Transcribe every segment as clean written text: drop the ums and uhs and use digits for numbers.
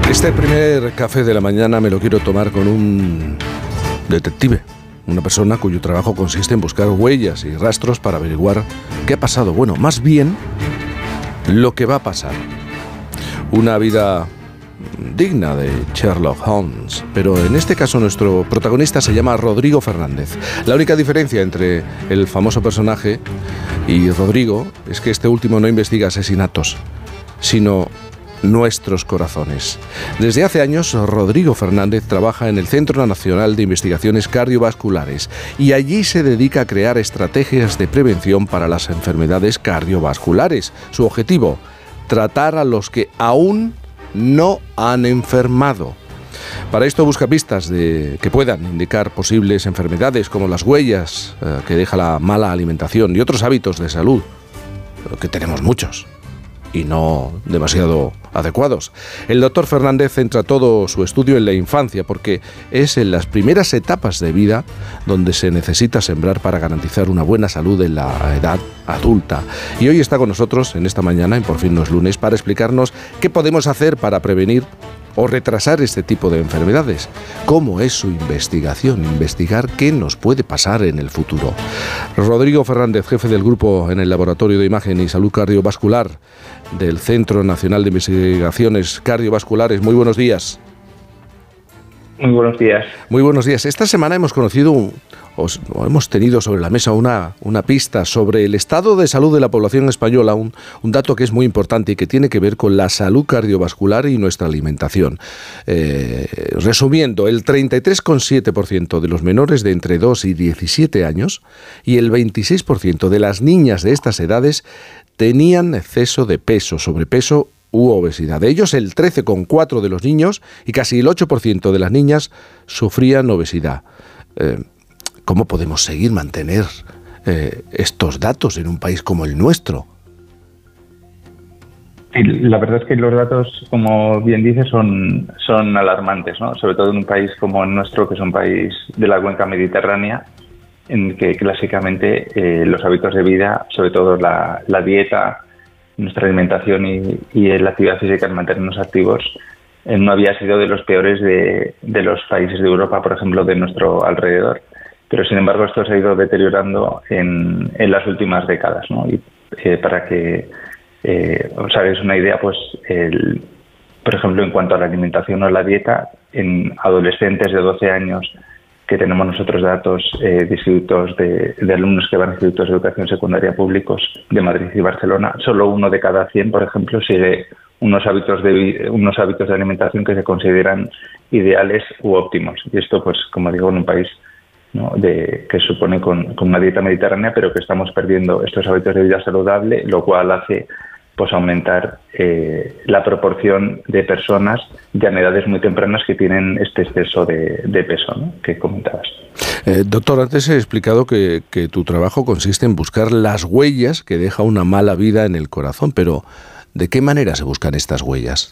Este primer café de la mañana me lo quiero tomar con un detective, una persona cuyo trabajo consiste en buscar huellas y rastros para averiguar qué ha pasado. Bueno, más bien lo que va a pasar. Una vida digna de Sherlock Holmes, pero en este caso nuestro protagonista se llama Rodrigo Fernández. La única diferencia entre el famoso personaje y Rodrigo es que este último no investiga asesinatos, sino nuestros corazones. Desde hace años, Rodrigo Fernández trabaja en el Centro Nacional de Investigaciones Cardiovasculares y allí se dedica a crear estrategias de prevención para las enfermedades cardiovasculares. Su objetivo, tratar a los que aún no han enfermado. Para esto busca pistas que puedan indicar posibles enfermedades como las huellas que deja la mala alimentación y otros hábitos de salud, que tenemos muchos y no demasiado adecuados. El doctor Fernández centra todo su estudio en la infancia porque es en las primeras etapas de vida donde se necesita sembrar para garantizar una buena salud en la edad adulta. Y hoy está con nosotros en esta mañana, en Por fin no es lunes, para explicarnos qué podemos hacer para prevenir o retrasar este tipo de enfermedades. ¿Cómo es su investigación? Investigar qué nos puede pasar en el futuro. Rodrigo Fernández, jefe del grupo en el Laboratorio de Imagen y Salud Cardiovascular del Centro Nacional de Investigaciones Cardiovasculares. Muy buenos días. Muy buenos días. Muy buenos días. Esta semana hemos tenido sobre la mesa una pista sobre el estado de salud de la población española, un dato que es muy importante y que tiene que ver con la salud cardiovascular y nuestra alimentación. Resumiendo, el 33,7% de los menores de entre 2 y 17 años y el 26% de las niñas de estas edades tenían exceso de peso, sobrepeso u obesidad. De ellos, el 13,4% de los niños y casi el 8% de las niñas sufrían obesidad. ¿Cómo podemos seguir mantener estos datos en un país como el nuestro? Sí, la verdad es que los datos, como bien dices, son alarmantes, ¿no? Sobre todo en un país como el nuestro, que es un país de la cuenca mediterránea, en que clásicamente los hábitos de vida, sobre todo la dieta, nuestra alimentación y la actividad física, en mantenernos activos, no había sido de los peores de los países de Europa, por ejemplo, de nuestro alrededor. Pero, sin embargo, esto se ha ido deteriorando en las últimas décadas, ¿no? Y para que os hagáis una idea, pues, por ejemplo, en cuanto a la alimentación o la dieta, en adolescentes de 12 años, que tenemos nosotros datos de institutos de alumnos que van a institutos de educación secundaria públicos de Madrid y Barcelona, solo 1 de cada 100, por ejemplo, sigue unos hábitos de alimentación que se consideran ideales u óptimos. Y esto, pues, como digo, en un país, ¿no?, que supone con una dieta mediterránea, pero que estamos perdiendo estos hábitos de vida saludable, lo cual hace, pues, aumentar la proporción de personas ya en edades muy tempranas que tienen este exceso de peso, ¿no?, que comentabas. Doctor, antes he explicado que tu trabajo consiste en buscar las huellas que deja una mala vida en el corazón, pero ¿de qué manera se buscan estas huellas?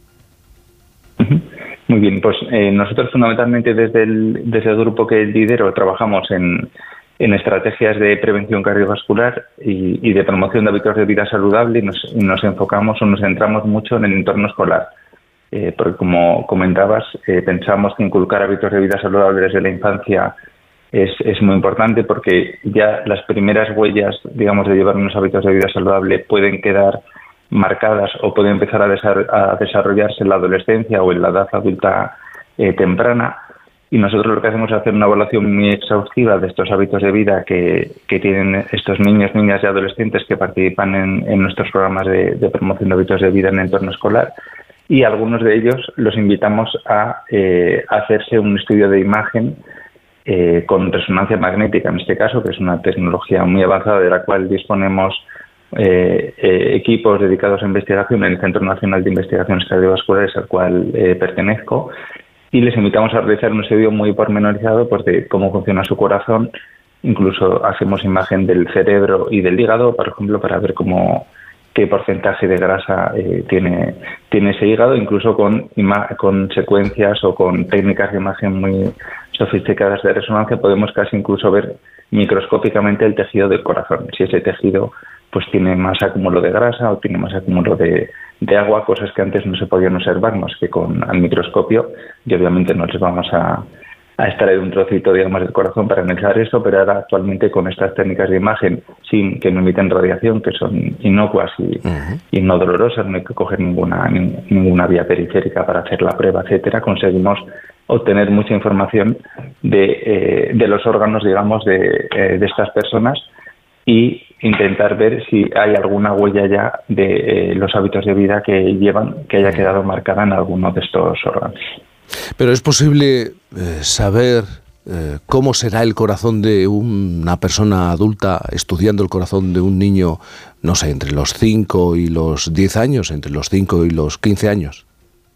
Muy bien, pues nosotros fundamentalmente desde el grupo que lidero trabajamos en estrategias de prevención cardiovascular y de promoción de hábitos de vida saludable, y nos enfocamos o nos centramos mucho en el entorno escolar. Porque, como comentabas, pensamos que inculcar hábitos de vida saludable desde la infancia es muy importante, porque ya las primeras huellas, digamos, de llevar unos hábitos de vida saludable pueden quedar marcadas o pueden empezar a desarrollarse en la adolescencia o en la edad adulta temprana. Y nosotros lo que hacemos es hacer una evaluación muy exhaustiva de estos hábitos de vida que tienen estos niños, niñas y adolescentes que participan en nuestros programas de promoción de hábitos de vida en el entorno escolar. Y algunos de ellos los invitamos a hacerse un estudio de imagen con resonancia magnética, en este caso, que es una tecnología muy avanzada de la cual disponemos equipos dedicados a investigación en el Centro Nacional de Investigaciones Cardiovasculares, al cual pertenezco. Y les invitamos a realizar un estudio muy pormenorizado, pues, de cómo funciona su corazón. Incluso hacemos imagen del cerebro y del hígado, por ejemplo, para ver qué porcentaje de grasa tiene ese hígado, incluso con secuencias o con técnicas de imagen muy sofisticadas de resonancia podemos casi incluso ver microscópicamente el tejido del corazón, si ese tejido pues tiene más acúmulo de grasa o tiene más acúmulo de agua, cosas que antes no se podían observar más que al microscopio, y obviamente no les vamos a extraer un trocito, digamos, del corazón para analizar eso, pero ahora actualmente con estas técnicas de imagen sin que no emiten radiación, que son inocuas y no dolorosas, no hay que coger ninguna vía periférica para hacer la prueba, etcétera, conseguimos obtener mucha información de los órganos, digamos, de estas personas, y intentar ver si hay alguna huella ya de los hábitos de vida que llevan, que haya quedado marcada en alguno de estos órganos. Pero es posible saber cómo será el corazón de una persona adulta estudiando el corazón de un niño, no sé, entre los 5 y los 10 años, entre los 5 y los 15 años.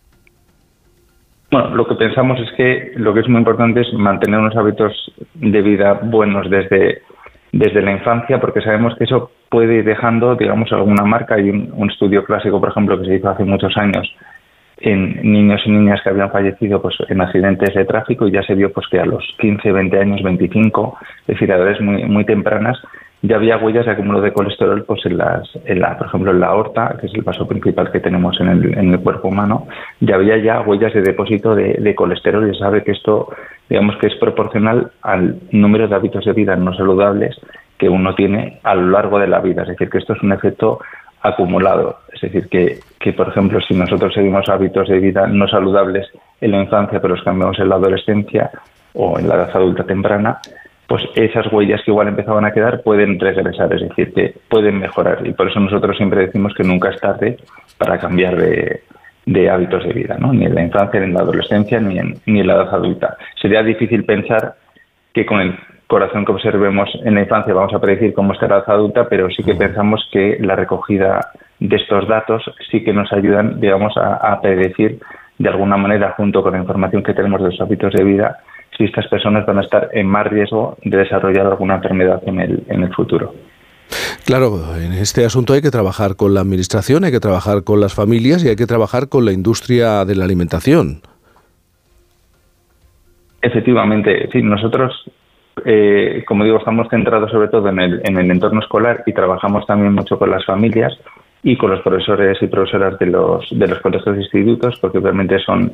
Bueno, lo que pensamos es que lo que es muy importante es mantener unos hábitos de vida buenos desde la infancia, porque sabemos que eso puede ir dejando, digamos, alguna marca. Hay un estudio clásico, por ejemplo, que se hizo hace muchos años en niños y niñas que habían fallecido pues en accidentes de tráfico, y ya se vio pues que a los 15, 20 años, 25, es decir, a edades muy, muy tempranas, ya había huellas de acúmulo de colesterol pues por ejemplo, en la aorta, que es el vaso principal que tenemos en el cuerpo humano. Ya había ya huellas de depósito de colesterol, y se sabe que esto, digamos, que es proporcional al número de hábitos de vida no saludables que uno tiene a lo largo de la vida. Es decir, que esto es un efecto acumulado. Es decir, que por ejemplo, si nosotros seguimos hábitos de vida no saludables en la infancia, pero los cambiamos en la adolescencia o en la edad adulta temprana, pues esas huellas que igual empezaban a quedar pueden regresar, es decir, que pueden mejorar. Y por eso nosotros siempre decimos que nunca es tarde para cambiar de hábitos de vida, ¿no? Ni en la infancia, ni en la adolescencia, ni en la edad adulta. Sería difícil pensar que con el corazón que observemos en la infancia vamos a predecir cómo estará la edad adulta, pero sí que pensamos que la recogida de estos datos sí que nos ayudan, digamos, a predecir de alguna manera, junto con la información que tenemos de los hábitos de vida, si estas personas van a estar en más riesgo de desarrollar alguna enfermedad en el futuro. Claro, en este asunto hay que trabajar con la administración, hay que trabajar con las familias y hay que trabajar con la industria de la alimentación. Efectivamente, sí, nosotros, como digo, estamos centrados sobre todo en el entorno escolar, y trabajamos también mucho con las familias y con los profesores y profesoras de los colegios e institutos, porque obviamente son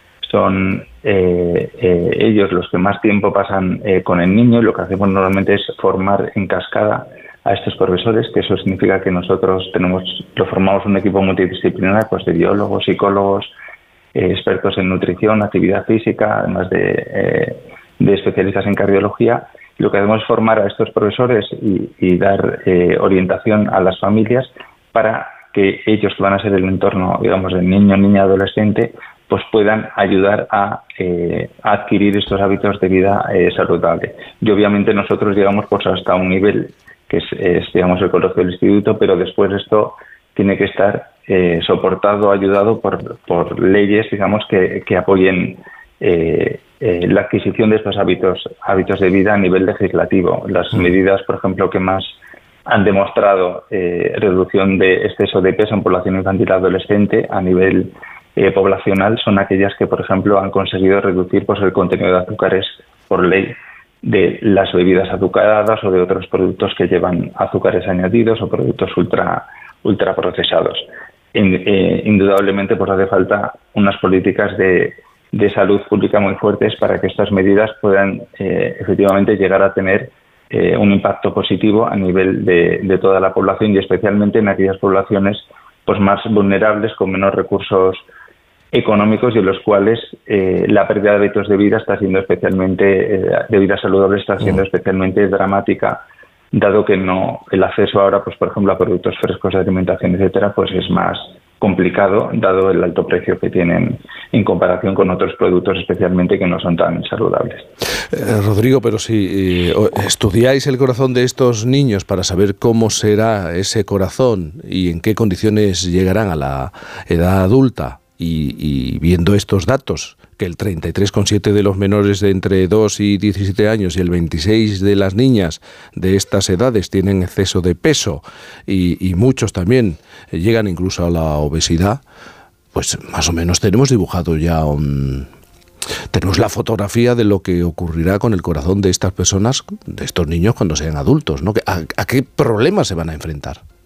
ellos los que más tiempo pasan con el niño, y lo que hacemos normalmente es formar en cascada a estos profesores, que eso significa que nosotros lo formamos un equipo multidisciplinar, pues de biólogos, psicólogos, expertos en nutrición, actividad física, además de especialistas en cardiología. Lo que hacemos es formar a estos profesores y dar orientación a las familias para que ellos, que van a ser el entorno, digamos, del niño, niña, adolescente, pues puedan ayudar a adquirir estos hábitos de vida saludable. Y obviamente nosotros llegamos pues hasta un nivel que es digamos, el colegio del instituto, pero después esto tiene que estar soportado, ayudado por leyes, digamos, que apoyen la adquisición de estos hábitos de vida a nivel legislativo. Las medidas, por ejemplo, que más han demostrado reducción de exceso de peso en población infantil y adolescente a nivel poblacional son aquellas que, por ejemplo, han conseguido reducir pues el contenido de azúcares por ley de las bebidas azucaradas o de otros productos que llevan azúcares añadidos o productos ultraprocesados. Indudablemente pues hace falta unas políticas de salud pública muy fuertes para que estas medidas puedan efectivamente llegar a tener un impacto positivo a nivel de toda la población, y especialmente en aquellas poblaciones pues más vulnerables, con menos recursos económicos, y en los cuales la pérdida de hábitos de vida está siendo especialmente de vida saludable está siendo especialmente dramática, dado que el acceso ahora, pues por ejemplo, a productos frescos de alimentación, etcétera, pues es más complicado, dado el alto precio que tienen en comparación con otros productos, especialmente que no son tan saludables. Rodrigo, pero si estudiáis el corazón de estos niños para saber cómo será ese corazón y en qué condiciones llegarán a la edad adulta, y viendo estos datos, que el 33,7% de los menores de entre 2 y 17 años y el 26% de las niñas de estas edades tienen exceso de peso, y muchos también llegan incluso a la obesidad, pues más o menos tenemos dibujado ya tenemos la fotografía de lo que ocurrirá con el corazón de estas personas, de estos niños, cuando sean adultos, ¿no? ¿A qué problemas se van a enfrentar?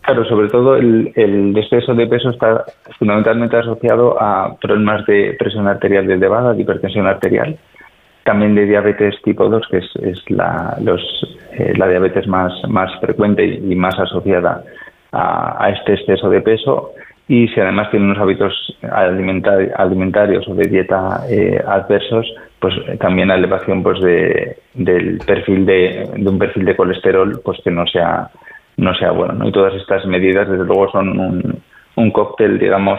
Claro, sobre todo el exceso de peso está fundamentalmente asociado a problemas de presión arterial elevada, de hipertensión arterial, también de diabetes tipo 2, que es la diabetes más frecuente y más asociada a este exceso de peso. Y si además tiene unos hábitos alimentarios o de dieta adversos, pues también la elevación pues de un perfil de colesterol pues que no sea bueno, ¿no? Y todas estas medidas desde luego son un cóctel, digamos,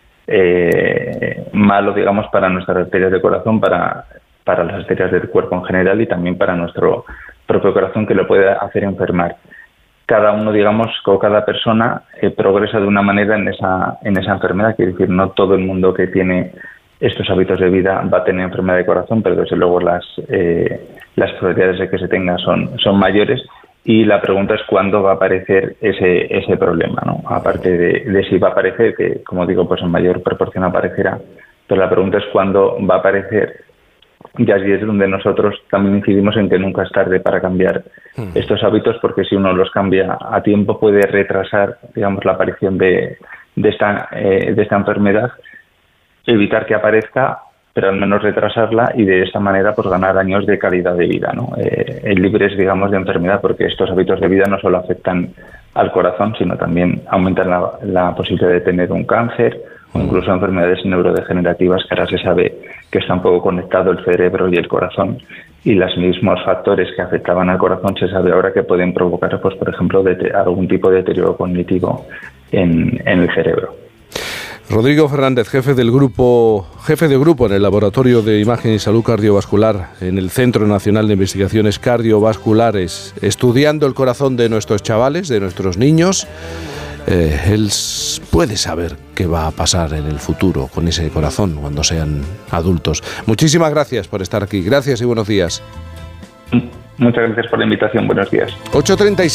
malo, digamos, para nuestras arterias de corazón, para las arterias del cuerpo en general y también para nuestro propio corazón, que lo puede hacer enfermar. Cada uno, digamos, o cada persona progresa de una manera en esa enfermedad. Quiere decir, no todo el mundo que tiene estos hábitos de vida va a tener enfermedad de corazón, pero desde luego las probabilidades de que se tenga son mayores. Y la pregunta es cuándo va a aparecer ese problema, ¿no? Aparte de si va a aparecer, que como digo, pues en mayor proporción aparecerá, pero la pregunta es cuándo va a aparecer. Y así es donde nosotros también incidimos en que nunca es tarde para cambiar estos hábitos, porque si uno los cambia a tiempo puede retrasar, digamos, la aparición de esta enfermedad, evitar que aparezca, pero al menos retrasarla y de esta manera pues ganar años de calidad de vida, ¿no? Libres, digamos, de enfermedad, porque estos hábitos de vida no solo afectan al corazón, sino también aumentan la posibilidad de tener un cáncer o incluso enfermedades neurodegenerativas, que ahora se sabe que está un poco conectado el cerebro y el corazón, y los mismos factores que afectaban al corazón se sabe ahora que pueden provocar, pues por ejemplo, algún tipo de deterioro cognitivo en el cerebro. Rodrigo Fernández, jefe de grupo en el Laboratorio de Imagen y Salud Cardiovascular en el Centro Nacional de Investigaciones Cardiovasculares, estudiando el corazón de nuestros chavales, de nuestros niños. Él puede saber qué va a pasar en el futuro con ese corazón cuando sean adultos. Muchísimas gracias por estar aquí. Gracias y buenos días. Muchas gracias por la invitación. Buenos días. 8:36.